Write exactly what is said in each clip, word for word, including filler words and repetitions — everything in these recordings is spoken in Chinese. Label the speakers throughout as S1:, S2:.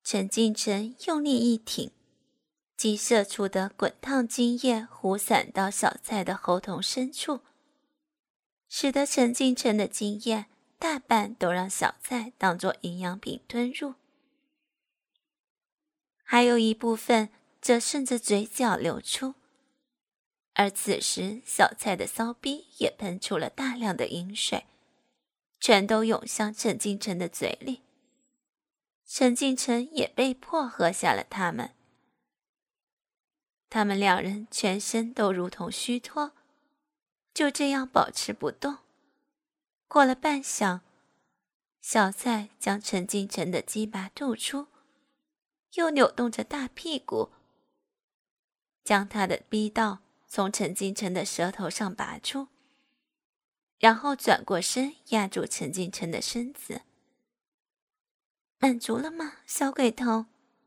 S1: 陈敬诚用力一挺，激射出的滚烫精液忽散到小蔡的喉头深处，使得陈敬诚的精液大半都让小蔡当作营养品吞入，还有一部分则顺着嘴角流出。而此时小蔡的骚逼也喷出了大量的饮水，全都涌向陈敬诚的嘴里。陈敬诚也被迫喝下了它们。他们两人全身都如同虚脱，就这样保持不动。过了半晌，小蔡将陈敬诚的鸡巴吐出，又扭动着大屁股，将他的逼道从陈敬诚的舌头上拔出，然后转过身压住陈敬诚的身子。满足了吗，小鬼头？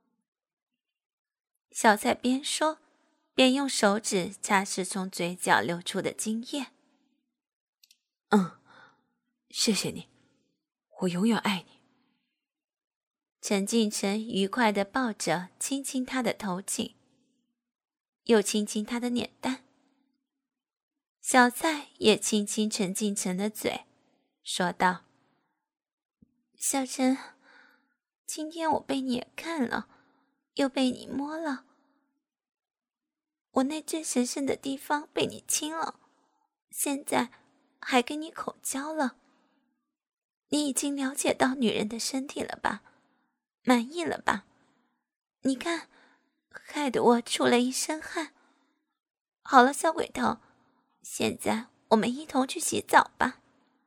S1: 小蔡边说边用手指擦拭从嘴角流出的精液。
S2: 嗯，谢谢你，我永远爱你。
S1: 陈敬诚愉快地抱着亲亲他的头颈，又亲亲他的脸蛋。小蔡也亲亲陈敬诚的嘴，说道：小陈，今天我被你也看了，又被你摸了，我那最神圣的地方被你亲了，现在还跟你口交了。你已经了解到女人的身体了吧？满意了吧？你看，害得我出了一身汗。好了，小鬼头，现在我们一同去洗澡吧。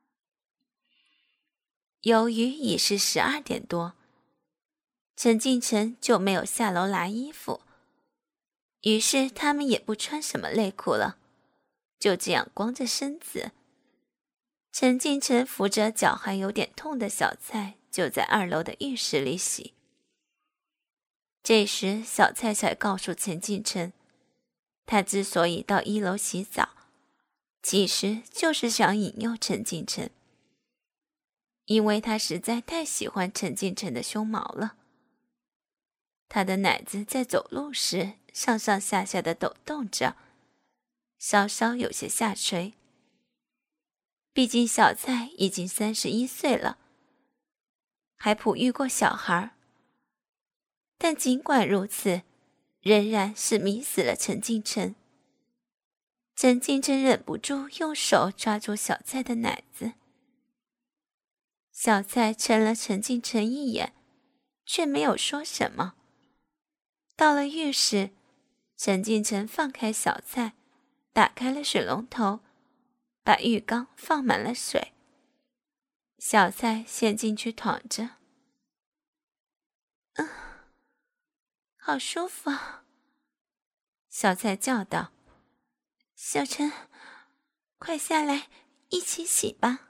S1: 由于已是十二点多，陈敬诚就没有下楼拿衣服，于是他们也不穿什么内裤了，就这样光着身子。陈敬诚扶着脚还有点痛的小蔡，就在二楼的浴室里洗。这时小蔡才告诉陈敬诚，他之所以到一楼洗澡，其实就是想引诱陈敬诚，因为他实在太喜欢陈敬诚的胸毛了。他的奶子在走路时上上下下的抖动着，稍稍有些下垂。毕竟小蔡已经三十一岁了，还哺育过小孩，但尽管如此，仍然是迷死了陈敬诚。陈敬诚忍不住用手抓住小蔡的奶子。小蔡嗔了陈敬诚一眼，却没有说什么。到了浴室，陈敬诚放开小蔡，打开了水龙头，把浴缸放满了水。小蔡先进去躺着。嗯，好舒服啊！小蔡叫道：小陈，快下来一起洗吧。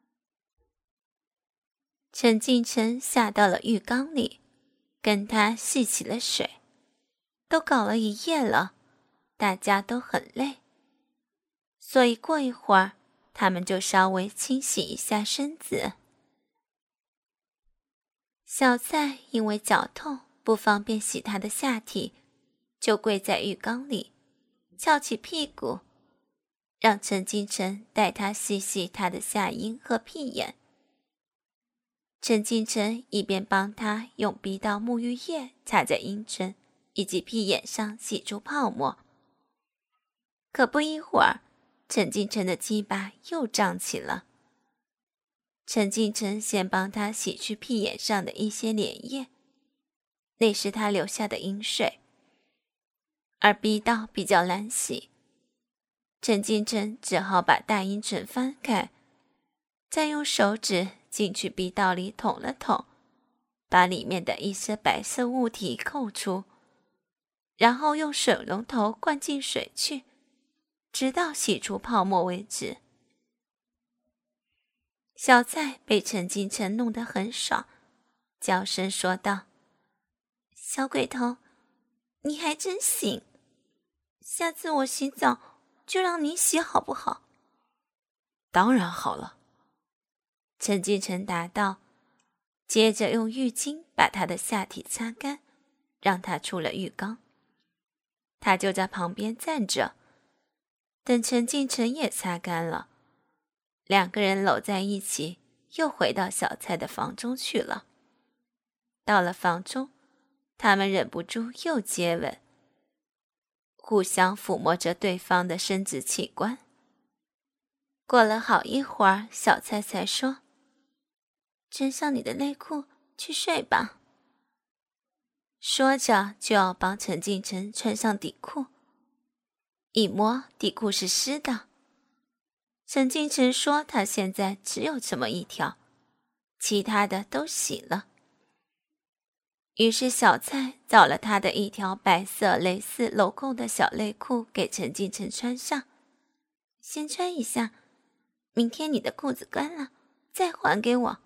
S1: 陈敬诚下到了浴缸里，跟他戏起了水。都搞了一夜了，大家都很累，所以过一会儿他们就稍微清洗一下身子。小蔡因为脚痛不方便洗他的下体，就跪在浴缸里，翘起屁股，让陈敬诚带他细细他的下阴和屁眼。陈敬诚一边帮他用逼道沐浴液擦在阴唇以及屁眼上洗出泡沫。可不一会儿，陈敬诚的鸡巴又胀起了。陈敬诚先帮他洗去屁眼上的一些粘液，那是他留下的阴水。而逼道比较难洗，陈敬诚只好把大阴唇翻开，再用手指进去逼道里捅了捅，把里面的一些白色物体扣出，然后用水龙头灌进水去，直到洗出泡沫为止。小蔡被陈敬诚弄得很爽，娇声说道：小鬼头，你还真行，下次我洗澡就让你洗好不好？
S2: 当然好了，
S1: 陈敬诚答道， 接着用浴巾把她的下体擦干，让她出了浴缸。他就在旁边站着，等陈敬诚也擦干了，两个人搂在一起，又回到小蔡的房中去了。到了房中，他们忍不住又接吻，互相抚摸着对方的生殖器官。过了好一会儿，小蔡才说：“穿上你的内裤去睡吧。”说着就要帮陈敬诚穿上底裤，一摸底裤是湿的。陈敬诚说他现在只有这么一条，其他的都洗了。于是小蔡找了他的一条白色蕾丝镂扣的小内裤给陈敬诚穿上，先穿一下，明天你的裤子干了再还给我。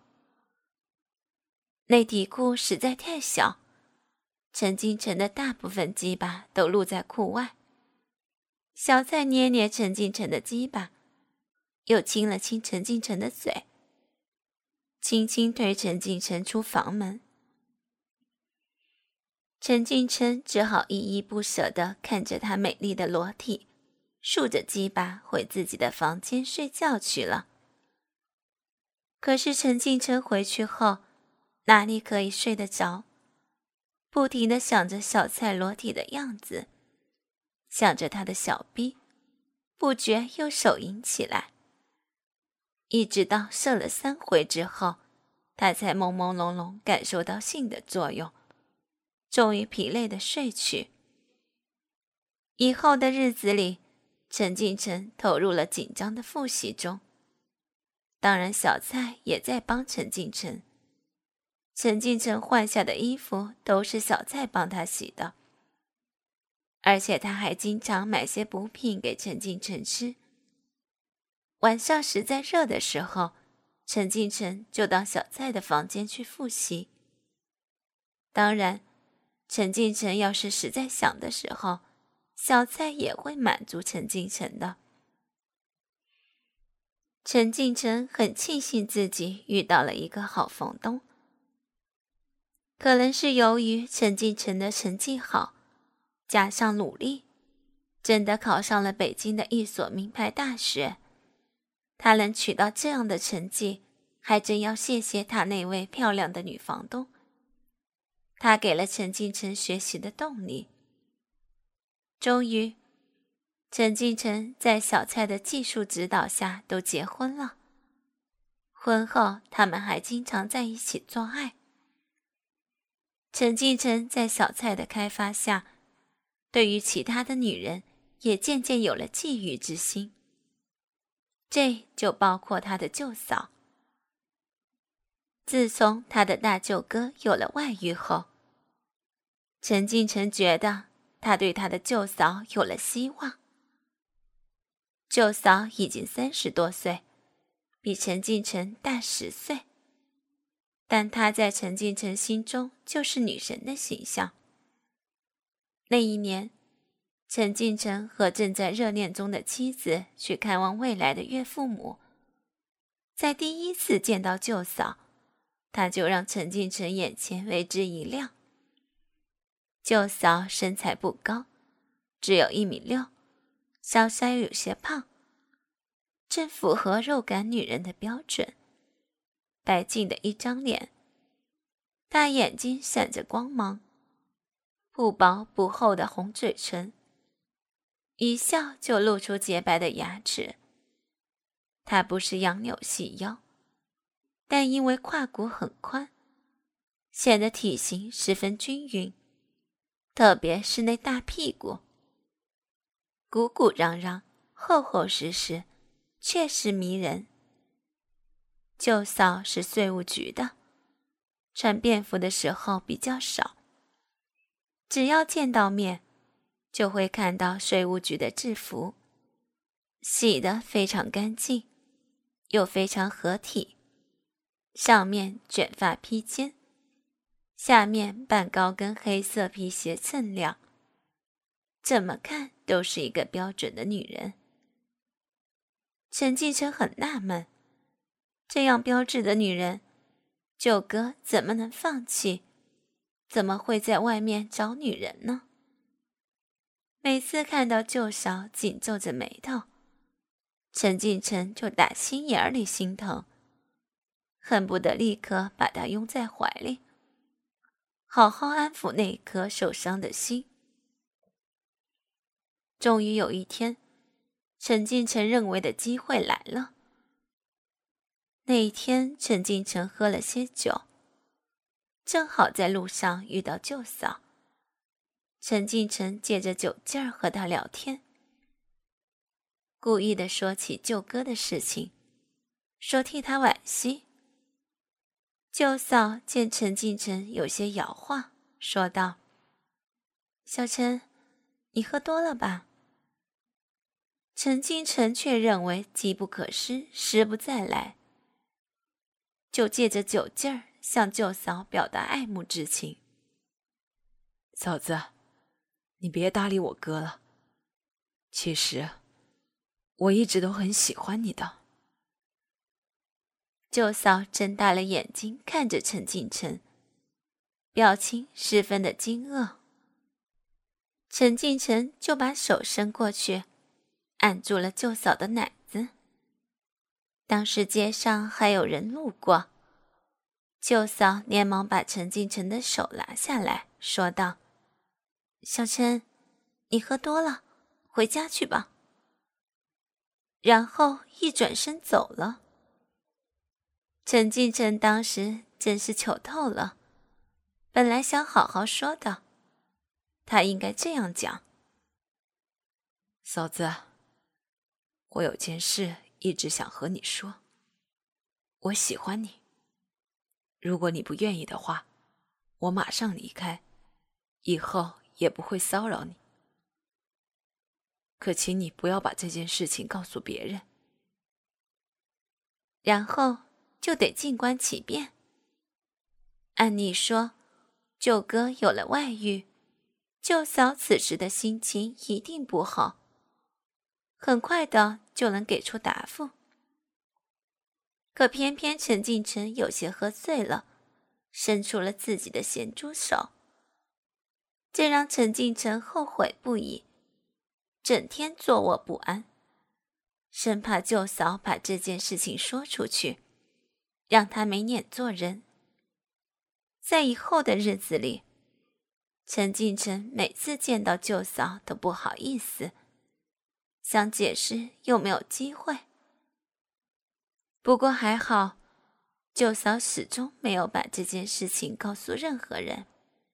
S1: 那底裤实在太小，陈敬诚的大部分鸡巴都露在裤外。小蔡捏捏陈敬诚的鸡巴，又亲了亲陈敬诚的嘴，轻轻推陈敬诚出房门。陈敬诚只好依依不舍地看着他美丽的裸体，竖着鸡巴回自己的房间睡觉去了。可是陈敬诚回去后，哪里可以睡得着？不停地想着小蔡裸体的样子，想着他的小臂，不觉又手淫起来。一直到射了三回之后，他才朦朦胧胧感受到性的作用，终于疲累地睡去。以后的日子里，陈敬诚投入了紧张的复习中，当然小蔡也在帮陈敬诚。陈敬诚换下的衣服都是小蔡帮他洗的，而且他还经常买些补品给陈敬诚吃。晚上实在热的时候，陈敬诚就到小蔡的房间去复习。当然，陈敬诚要是实在想的时候，小蔡也会满足陈敬诚的。陈敬诚很庆幸自己遇到了一个好房东，可能是由于陈敬诚的成绩好，加上努力，真的考上了北京的一所名牌大学。他能取到这样的成绩，还真要谢谢他那位漂亮的女房东。他给了陈敬诚学习的动力。终于，陈敬诚在小蔡的技术指导下都结婚了。婚后，他们还经常在一起做爱。陈敬诚在小蔡的开发下，对于其他的女人也渐渐有了觊觎之心。这就包括他的舅嫂。自从他的大舅哥有了外遇后，陈敬诚觉得他对他的舅嫂有了希望。舅嫂已经三十多岁，比陈敬诚大十岁，但她在陈敬诚心中就是女神的形象。那一年，陈敬诚和正在热恋中的妻子去看望未来的岳父母，在第一次见到舅嫂，他就让陈敬诚眼前为之一亮。舅嫂身材不高，只有一米六，稍稍有些胖，正符合肉感女人的标准。白净的一张脸，大眼睛闪着光芒，不薄不厚的红嘴唇，一笑就露出洁白的牙齿。她不是杨柳细腰，但因为胯骨很宽，显得体型十分均匀，特别是那大屁股，鼓鼓嚷嚷，厚厚实实，确实迷人。舅嫂是税务局的，穿便服的时候比较少，只要见到面，就会看到税务局的制服，洗得非常干净，又非常合体，上面卷发披肩，下面半高跟黑色皮鞋锃亮，怎么看都是一个标准的女人。陈敬诚很纳闷，这样标致的女人， 舅哥怎么能放弃？怎么会在外面找女人呢？每次看到舅嫂紧皱着眉头，陈敬诚就打心眼里心疼，恨不得立刻把她拥在怀里，好好安抚那颗受伤的心。终于有一天，陈敬诚认为的机会来了。那一天，陈敬诚喝了些酒，正好在路上遇到舅嫂。陈敬诚借着酒劲儿和他聊天，故意的说起舅哥的事情，说替他惋惜。舅嫂见陈敬诚有些摇晃，说道：“小陈，你喝多了吧？”陈敬诚却认为机不可失，时不再来，就借着酒劲儿向舅嫂表达爱慕之情。
S2: 嫂子，你别搭理我哥了。其实，我一直都很喜欢你的。
S1: 舅嫂睁大了眼睛看着陈敬诚，表情十分的惊愕。陈敬诚就把手伸过去，按住了舅嫂的奶子。当时街上还有人路过，舅嫂连忙把陈敬诚的手拿下来，说道：“小陈，你喝多了，回家去吧。”然后一转身走了。陈敬诚当时真是糗透了，本来想好好说的，他应该这样讲：“
S2: 嫂子，我有件事一直想和你说，我喜欢你。如果你不愿意的话，我马上离开，以后也不会骚扰你。可请你不要把这件事情告诉别人。”
S1: 然后就得静观其变。按理说，舅哥有了外遇，舅嫂此时的心情一定不好，很快的就能给出答复。可偏偏陈敬诚有些喝醉了，伸出了自己的咸猪手，这让陈敬诚后悔不已，整天坐卧不安，生怕舅嫂把这件事情说出去，让他没脸做人。在以后的日子里，陈敬诚每次见到舅嫂都不好意思，想解释又没有机会。不过还好，舅嫂始终没有把这件事情告诉任何人。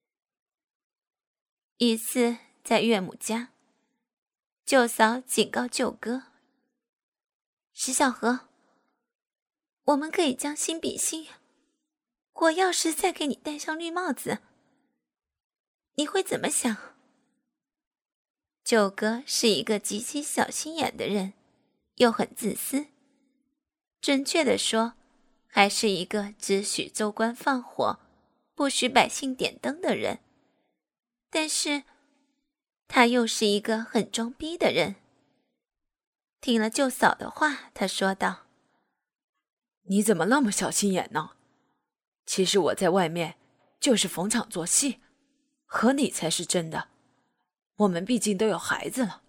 S1: 一次在岳母家，舅嫂警告舅哥：“石小河，我们可以将心比心，我要是再给你戴上绿帽子，你会怎么想？”舅哥是一个极其小心眼的人，又很自私，准确地说，还是一个只许州官放火，不许百姓点灯的人。但是他又是一个很装逼的人。听了舅嫂的话，他说道：“
S2: 你怎么那么小心眼呢？其实我在外面就是逢场作戏，和你才是真的。我们毕竟都有孩子了。”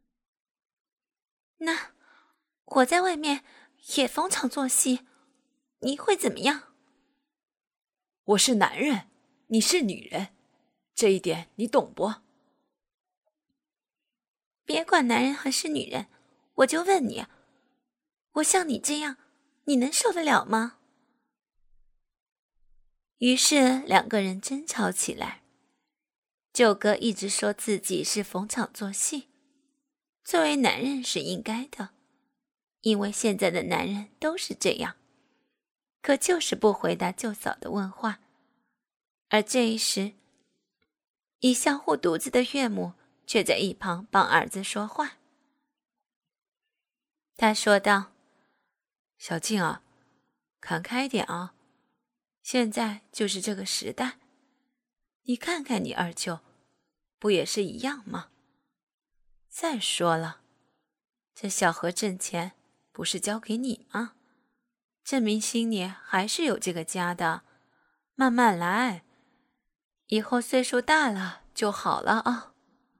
S1: 那我在外面也逢场作戏，你会怎么样？
S2: 我是男人，你是女人，这一点你懂不？
S1: 别管男人还是女人，我就问你，我像你这样，你能受得了吗？于是两个人争吵起来。舅哥一直说自己是逢场作戏，作为男人是应该的，因为现在的男人都是这样，可就是不回答舅嫂的问话。而这一时，一向护犊子的岳母却在一旁帮儿子说话。他说道：“
S2: 小静啊，看开点啊，现在就是这个时代，你看看你二舅，不也是一样吗？再说了，这小河挣钱不是交给你吗？证明心里还是有这个家的， 慢慢来，以后岁数大了就好了啊。”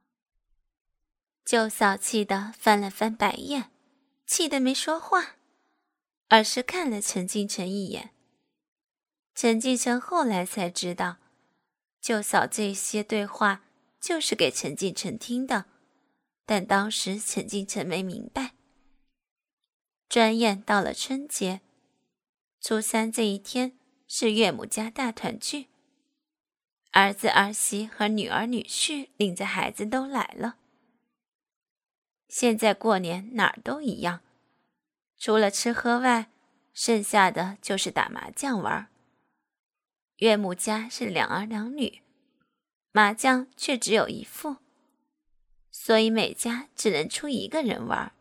S1: 舅嫂气得翻了翻白眼，气得没说话，而是看了陈敬诚一眼。陈敬诚后来才知道，舅嫂这些对话就是给陈敬诚听的，但当时陈敬诚没明白。转眼到了春节，初三这一天是岳母家大团聚，儿子儿媳和女儿女婿领着孩子都来了。现在过年哪儿都一样，除了吃喝外，剩下的就是打麻将玩。岳母家是两儿两女，麻将却只有一副，所以每家只能出一个人玩。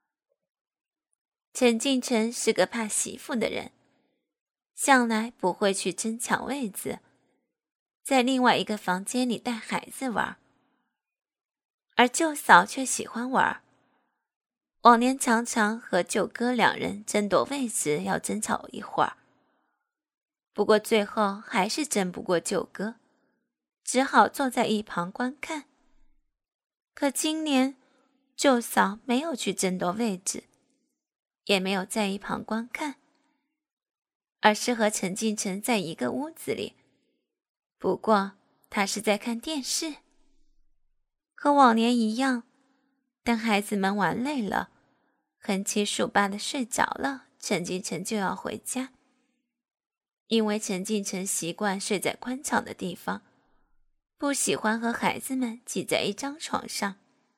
S1: 陈敬诚是个怕媳妇的人，向来不会去争抢位子，在另外一个房间里带孩子玩。而舅嫂却喜欢玩，往年常常和舅哥两人争夺位置，要争吵一会儿。不过最后还是争不过舅哥，只好坐在一旁观看。可今年舅嫂没有去争夺位置，也没有在一旁观看，而是和陈敬诚在一个屋子里，不过他是在看电视。和往年一样，等孩子们玩累了，横七竖八的睡着了，陈敬诚就要回家。因为陈敬诚习惯睡在宽敞的地方，不喜欢和孩子们挤在一张床上。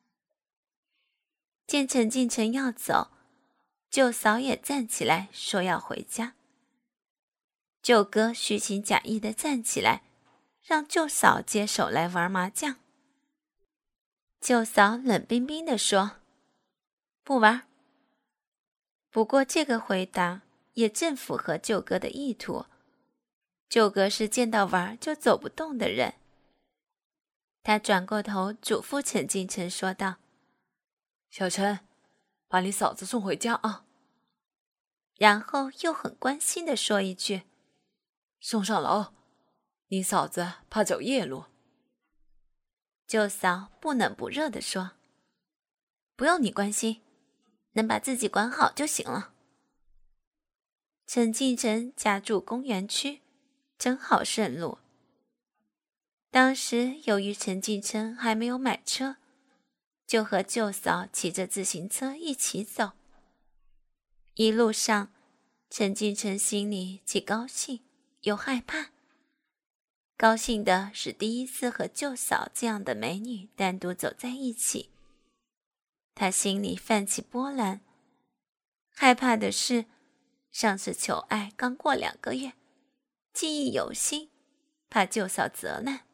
S1: 见陈敬诚要走，舅嫂也站起来说要回家。舅哥虚情假意地站起来，让舅嫂接手来玩麻将。舅嫂冷冰冰地说：“不玩。”不过这个回答也正符合舅哥的意图。舅哥是见到玩就走不动的人。他转过头嘱咐陈敬诚说道：“
S2: 小陈，把你嫂子送回家啊。”
S1: 然后又很关心地说一句：“
S2: 送上楼，你嫂子怕走夜路。”
S1: 舅嫂不冷不热地说：“不用你关心，能把自己管好就行了。”陈敬诚家住公园区，正好顺路。当时由于陈敬诚还没有买车，就和舅嫂骑着自行车一起走。一路上，陈敬诚心里既高兴又害怕。高兴的是第一次和舅嫂这样的美女单独走在一起，他心里泛起波澜。害怕的是，上次求爱刚过两个月，记忆犹新，怕舅嫂责难。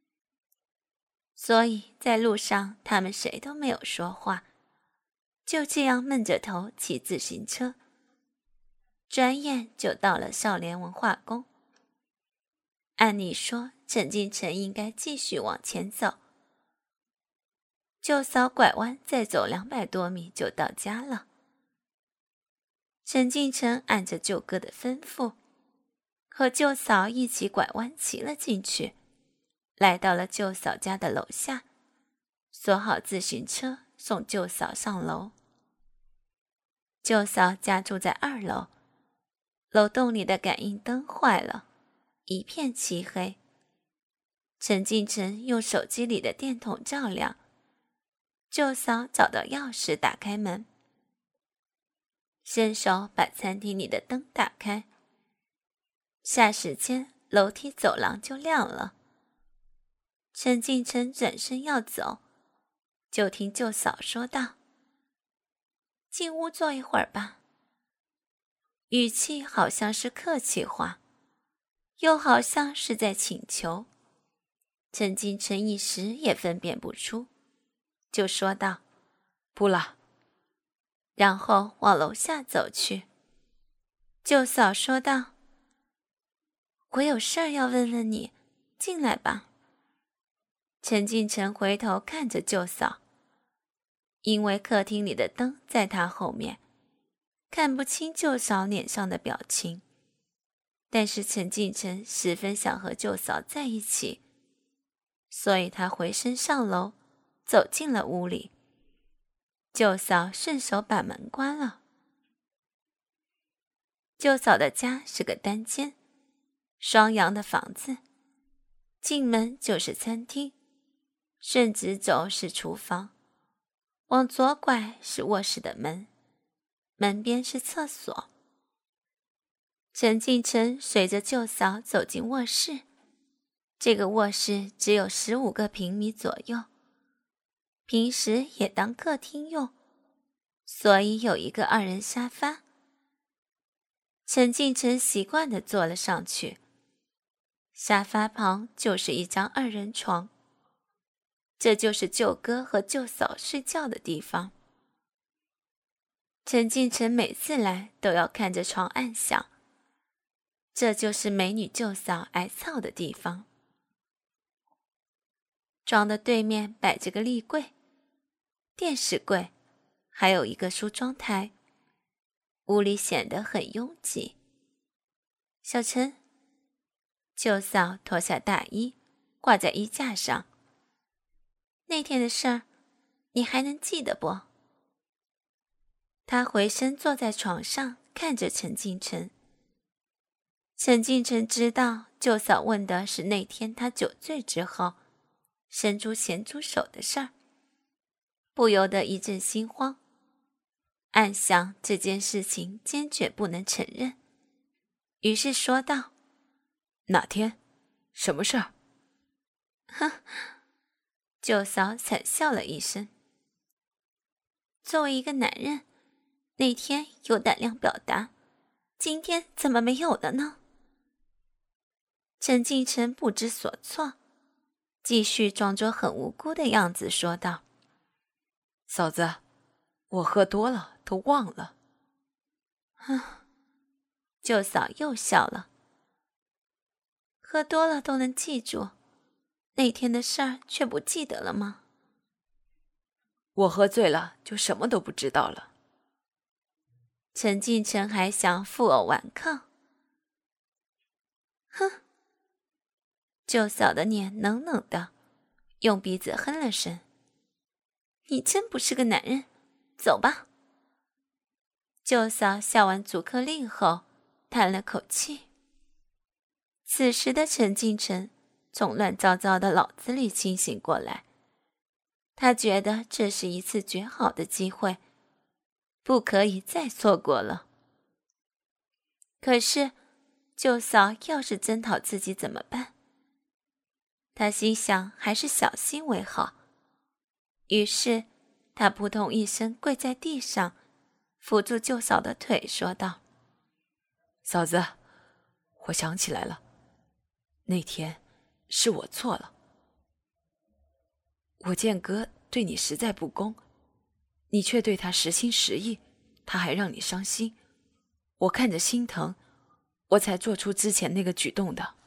S1: 所以在路上他们谁都没有说话，就这样闷着头骑自行车。转眼就到了少年文化宫。按理说陈敬诚应该继续往前走，舅嫂拐弯再走两百多米就到家了。陈敬诚按着舅哥的吩咐，和舅嫂一起拐弯骑了进去，来到了舅嫂家的楼下，锁好自行车，送舅嫂上楼。舅嫂家住在二楼，楼栋里的感应灯坏了，一片漆黑。陈敬诚用手机里的电筒照亮，舅嫂找到钥匙打开门，伸手把餐厅里的灯打开。霎时间，楼梯走廊就亮了。陈敬诚转身要走，就听舅嫂说道：“进屋坐一会儿吧。”语气好像是客气话，又好像是在请求。陈敬诚一时也分辨不出，就说道：“
S2: 不了。”
S1: 然后往楼下走去。舅嫂说道：“我有事儿要问问你，进来吧。”陈敬诚回头看着舅嫂，因为客厅里的灯在他后面，看不清舅嫂脸上的表情。 但是陈近成十分想和舅嫂在一起，所以他回身上楼，走进了屋里。舅嫂顺手把门关了。舅嫂的家是个单间双阳的房子，进门就是餐厅，顺直走是厨房，往左拐是卧室的门，门边是厕所。陈近成随着舅嫂走进卧室，这个卧室只有十五个平米左右，平时也当客厅用，所以有一个二人沙发。陈近成习惯地坐了上去，沙发旁就是一张二人床，这就是舅哥和舅嫂睡觉的地方。陈近成每次来都要看着床暗想，这就是美女舅嫂挨操的地方。床的对面摆着个立柜、电视柜，还有一个梳妆台，屋里显得很拥挤。小陈，舅嫂脱下大衣挂在衣架上，那天的事儿你还能记得不？他回身坐在床上看着陈近成。陈近成知道舅嫂问的是那天他酒醉之后伸出咸猪手的事儿，不由得一阵心慌，暗想这件事情坚决不能承认，于是说道：
S2: 哪天？什么事儿？
S1: 哼，舅嫂惨笑了一声。作为一个男人，那天有胆量表达，今天怎么没有了呢？陈近成不知所措，继续装作很无辜的样子说道：
S2: 嫂子，我喝多了都忘了。
S1: 哼，舅嫂又笑了。喝多了都能记住，那天的事儿却不记得了吗？
S2: 我喝醉了就什么都不知道了。
S1: 陈近成还想负隅顽抗。哼！舅嫂的脸冷冷的，用鼻子哼了声。你真不是个男人，走吧。舅嫂下完逐客令后，叹了口气。此时的陈近成从乱糟糟的脑子里清醒过来，他觉得这是一次绝好的机会，不可以再错过了。可是舅嫂要是真讨自己怎么办？他心想还是小心为好，于是他扑通一声跪在地上，扶住舅嫂的腿说道：
S2: 嫂子，我想起来了，那天是我错了，我见哥对你实在不公，你却对他实心实意，他还让你伤心，我看着心疼，我才做出之前那个举动的。